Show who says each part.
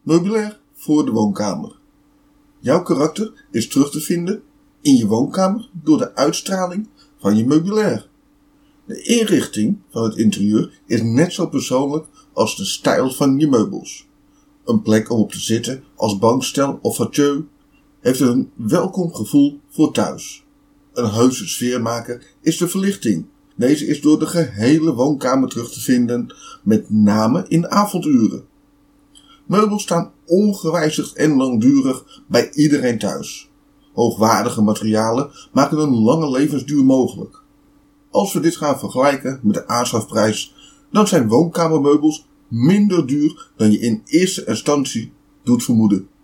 Speaker 1: Meubilair voor de woonkamer. Jouw karakter is terug te vinden in je woonkamer door de uitstraling van je meubilair. De inrichting van het interieur is net zo persoonlijk als de stijl van je meubels. Een plek om op te zitten als bankstel of fauteuil heeft een welkom gevoel voor thuis. Een heuse sfeermaker is de verlichting. Deze is door de gehele woonkamer terug te vinden, met name in avonduren. Meubels staan ongewijzigd en langdurig bij iedereen thuis. Hoogwaardige materialen maken een lange levensduur mogelijk. Als we dit gaan vergelijken met de aanschafprijs, dan zijn woonkamermeubels minder duur dan je in eerste instantie doet vermoeden.